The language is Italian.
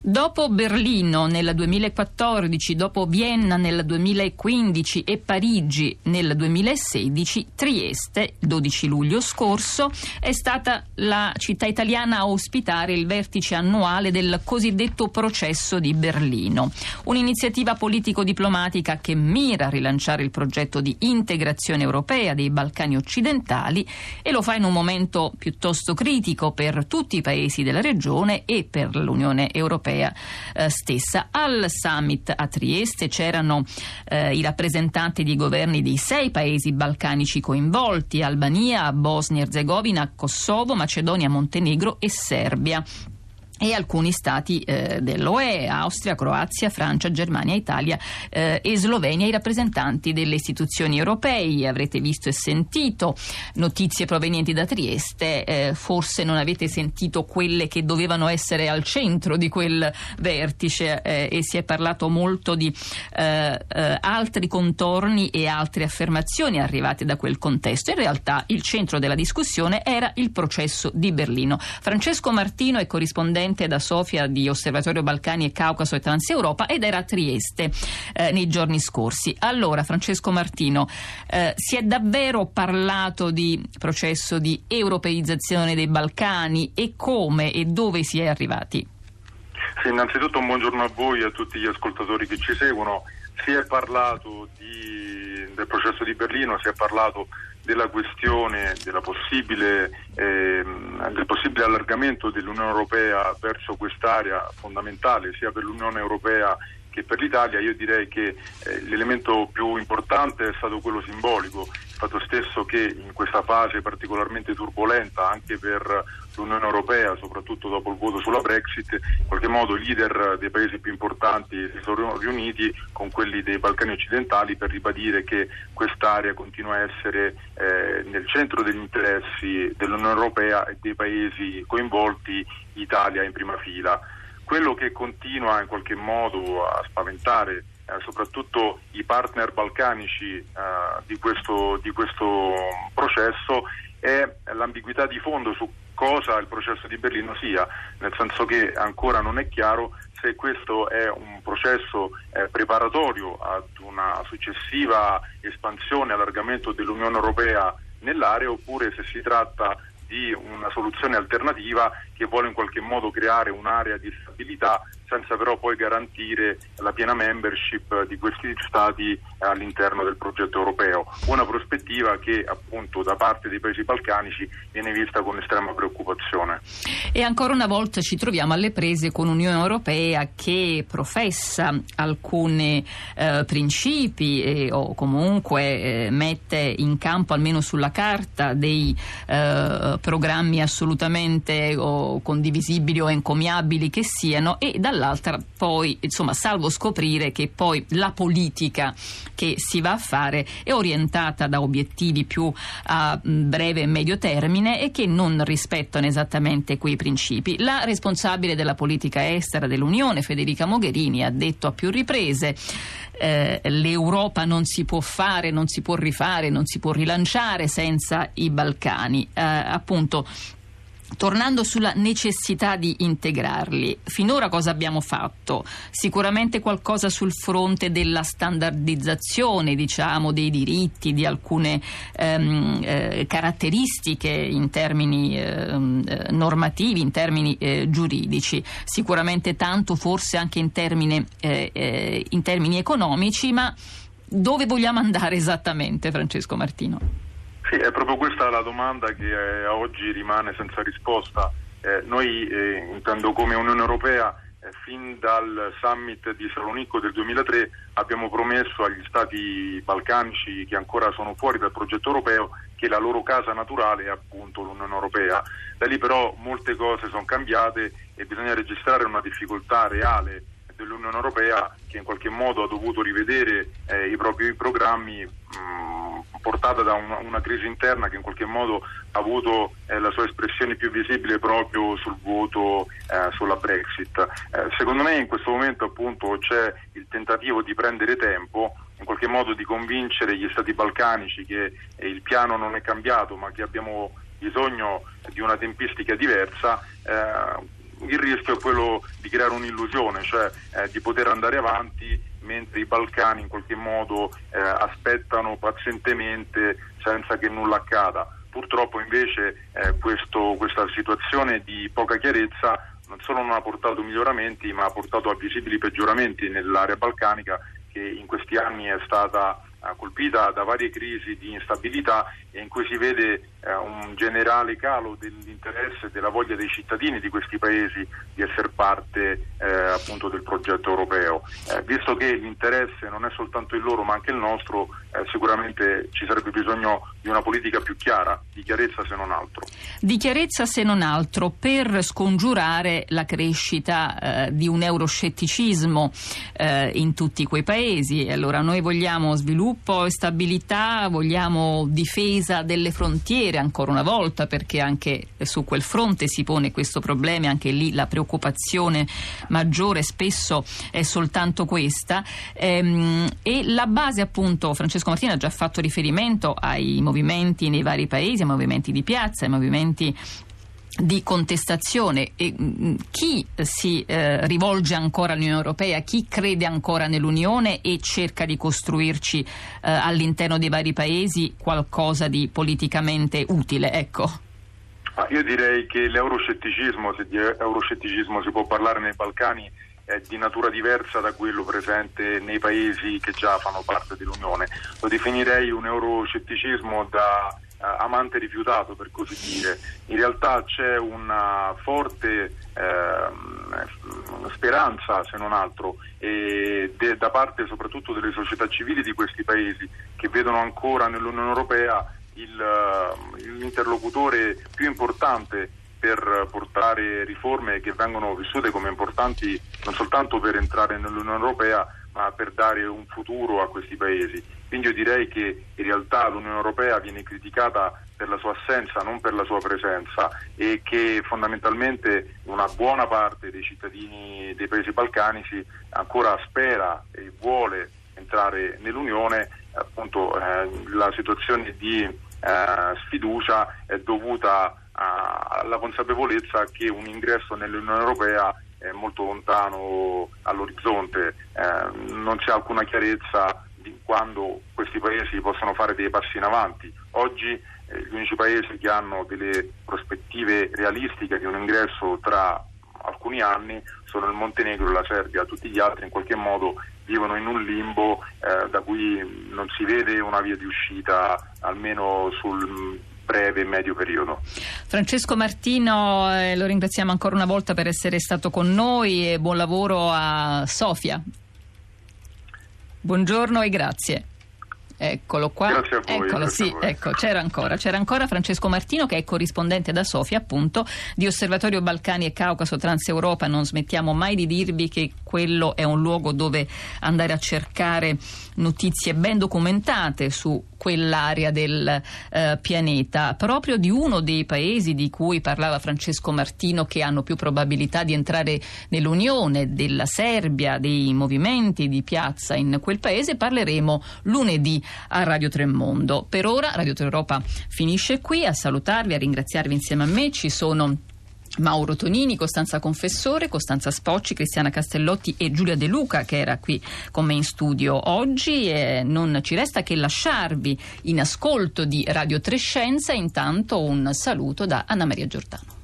Dopo Berlino nel 2014, dopo Vienna nel 2015 e Parigi nel 2016, Trieste, 12 luglio scorso, è stata la città italiana a ospitare il vertice annuale del cosiddetto processo di Berlino, un'iniziativa politico-diplomatica che mira a rilanciare il progetto di integrazione europea dei Balcani occidentali e lo fa in un momento piuttosto critico per tutti i paesi della regione e per l'Unione Europea stessa. Al summit a Trieste c'erano i rappresentanti di governi di 6 paesi balcanici coinvolti: Albania, Bosnia-Herzegovina, Kosovo, Macedonia, Montenegro e Serbia, e alcuni stati dell'UE, Austria, Croazia, Francia, Germania, Italia e Slovenia, i rappresentanti delle istituzioni europee. Avrete visto e sentito notizie provenienti da Trieste, forse non avete sentito quelle che dovevano essere al centro di quel vertice, e si è parlato molto di altri contorni e altre affermazioni arrivate da quel contesto. In realtà il centro della discussione era il processo di Berlino. Francesco Martino è corrispondente da Sofia di Osservatorio Balcani e Caucaso e Transeuropa ed era a Trieste nei giorni scorsi. Allora, Francesco Martino, si è davvero parlato di processo di europeizzazione dei Balcani, e come e dove si è arrivati? Sì, innanzitutto un buongiorno a voi e a tutti gli ascoltatori che ci seguono. Si è parlato del processo di Berlino, si è parlato della questione del possibile allargamento dell'Unione Europea verso quest'area fondamentale sia per l'Unione Europea che per l'Italia. Io direi che l'elemento più importante è stato quello simbolico, il fatto stesso che in questa fase particolarmente turbolenta anche per l'Unione Europea, soprattutto dopo il voto sulla Brexit, in qualche modo i leader dei paesi più importanti si sono riuniti con quelli dei Balcani occidentali per ribadire che quest'area continua a essere nel centro degli interessi dell'Unione Europea e dei paesi coinvolti, Italia in prima fila. Quello che continua in qualche modo a spaventare soprattutto i partner balcanici di questo processo è l'ambiguità di fondo su cosa il processo di Berlino sia, nel senso che ancora non è chiaro se questo è un processo preparatorio ad una successiva espansione e allargamento dell'Unione Europea nell'area, oppure se si tratta di una soluzione alternativa che vuole in qualche modo creare un'area di stabilità senza però poi garantire la piena membership di questi stati all'interno del progetto europeo. Una prospettiva che appunto da parte dei paesi balcanici viene vista con estrema preoccupazione. E ancora una volta ci troviamo alle prese con un'Unione Europea che professa alcuni principi o comunque mette in campo, almeno sulla carta, dei programmi assolutamente condivisibili o encomiabili che siano, e dall'altra poi, insomma, salvo scoprire che poi la politica che si va a fare è orientata da obiettivi più a breve e medio termine e che non rispettano esattamente quei principi. La responsabile della politica estera dell'Unione, Federica Mogherini, ha detto a più riprese l'Europa non si può fare, non si può rifare, non si può rilanciare senza i Balcani. Appunto, tornando sulla necessità di integrarli, finora cosa abbiamo fatto? Sicuramente qualcosa sul fronte della standardizzazione, diciamo, dei diritti, di alcune caratteristiche in termini normativi, in termini giuridici, sicuramente tanto forse anche in termini economici, ma dove vogliamo andare esattamente, Francesco Martino? Sì, è proprio questa la domanda che oggi rimane senza risposta. Noi, intendo come Unione Europea, fin dal summit di Salonicco del 2003 abbiamo promesso agli stati balcanici che ancora sono fuori dal progetto europeo che la loro casa naturale è appunto l'Unione Europea. Da lì però molte cose sono cambiate e bisogna registrare una difficoltà reale dell'Unione Europea, che in qualche modo ha dovuto rivedere i propri programmi portata da una crisi interna che in qualche modo ha avuto la sua espressione più visibile proprio sul voto sulla Brexit. Secondo me in questo momento appunto c'è il tentativo di prendere tempo, in qualche modo di convincere gli stati balcanici che il piano non è cambiato, ma che abbiamo bisogno di una tempistica diversa, il rischio è quello di creare un'illusione, cioè di poter andare avanti mentre i Balcani in qualche modo aspettano pazientemente senza che nulla accada. Purtroppo invece questa situazione di poca chiarezza non solo non ha portato miglioramenti, ma ha portato a visibili peggioramenti nell'area balcanica, che in questi anni è stata colpita da varie crisi di instabilità e in cui si vede un generale calo dell'interesse e della voglia dei cittadini di questi paesi di essere parte appunto del progetto europeo. Visto che l'interesse non è soltanto il loro ma anche il nostro, sicuramente ci sarebbe bisogno di una politica più chiara, di chiarezza se non altro. Di chiarezza se non altro, per scongiurare la crescita di un euroscetticismo in tutti quei paesi. Allora noi vogliamo sviluppo e stabilità, vogliamo difesa delle frontiere ancora una volta, perché anche su quel fronte si pone questo problema, anche lì la preoccupazione maggiore spesso è soltanto questa, e la base, appunto, Francesco Martino ha già fatto riferimento ai movimenti nei vari paesi, ai movimenti di piazza, ai movimenti di contestazione, e chi si rivolge ancora all'Unione Europea, chi crede ancora nell'Unione e cerca di costruirci all'interno dei vari paesi qualcosa di politicamente utile, ecco. Io direi che l'euroscetticismo, se di euroscetticismo si può parlare nei Balcani, è di natura diversa da quello presente nei paesi che già fanno parte dell'Unione. Lo definirei un euroscetticismo da amante rifiutato, per così dire. In realtà c'è una forte speranza, se non altro, da parte soprattutto delle società civili di questi paesi, che vedono ancora nell'Unione Europea l'interlocutore più importante per portare riforme che vengono vissute come importanti non soltanto per entrare nell'Unione Europea, ma per dare un futuro a questi paesi. Quindi io direi che in realtà l'Unione Europea viene criticata per la sua assenza, non per la sua presenza, e che fondamentalmente una buona parte dei cittadini dei paesi balcanici ancora spera e vuole entrare nell'Unione. Appunto la situazione di sfiducia è dovuta alla consapevolezza che un ingresso nell'Unione Europea è molto lontano all'orizzonte, non c'è alcuna chiarezza di quando questi paesi possono fare dei passi in avanti. Oggi gli unici paesi che hanno delle prospettive realistiche di un ingresso tra alcuni anni sono il Montenegro e la Serbia. Tutti gli altri in qualche modo vivono in un limbo da cui non si vede una via di uscita, almeno sul breve e medio periodo. Francesco Martino, lo ringraziamo ancora una volta per essere stato con noi e buon lavoro a Sofia. Buongiorno e grazie. Eccolo qua. Grazie a voi. Eccolo, sì, ecco, c'era ancora Francesco Martino, che è corrispondente da Sofia, appunto, di Osservatorio Balcani e Caucaso Transeuropa. Non smettiamo mai di dirvi che quello è un luogo dove andare a cercare notizie ben documentate su quell'area del pianeta, proprio di uno dei paesi di cui parlava Francesco Martino, che hanno più probabilità di entrare nell'Unione, della Serbia, dei movimenti di piazza in quel paese. Parleremo lunedì a Radio Tremondo. Per ora Radio Europa finisce qui. A salutarvi, a ringraziarvi insieme a me ci sono Mauro Tonini, Costanza Confessore, Costanza Spocci, Cristiana Castellotti e Giulia De Luca, che era qui con me in studio oggi. Non ci resta che lasciarvi in ascolto di Radio Trescenza. Intanto un saluto da Anna Maria Giordano.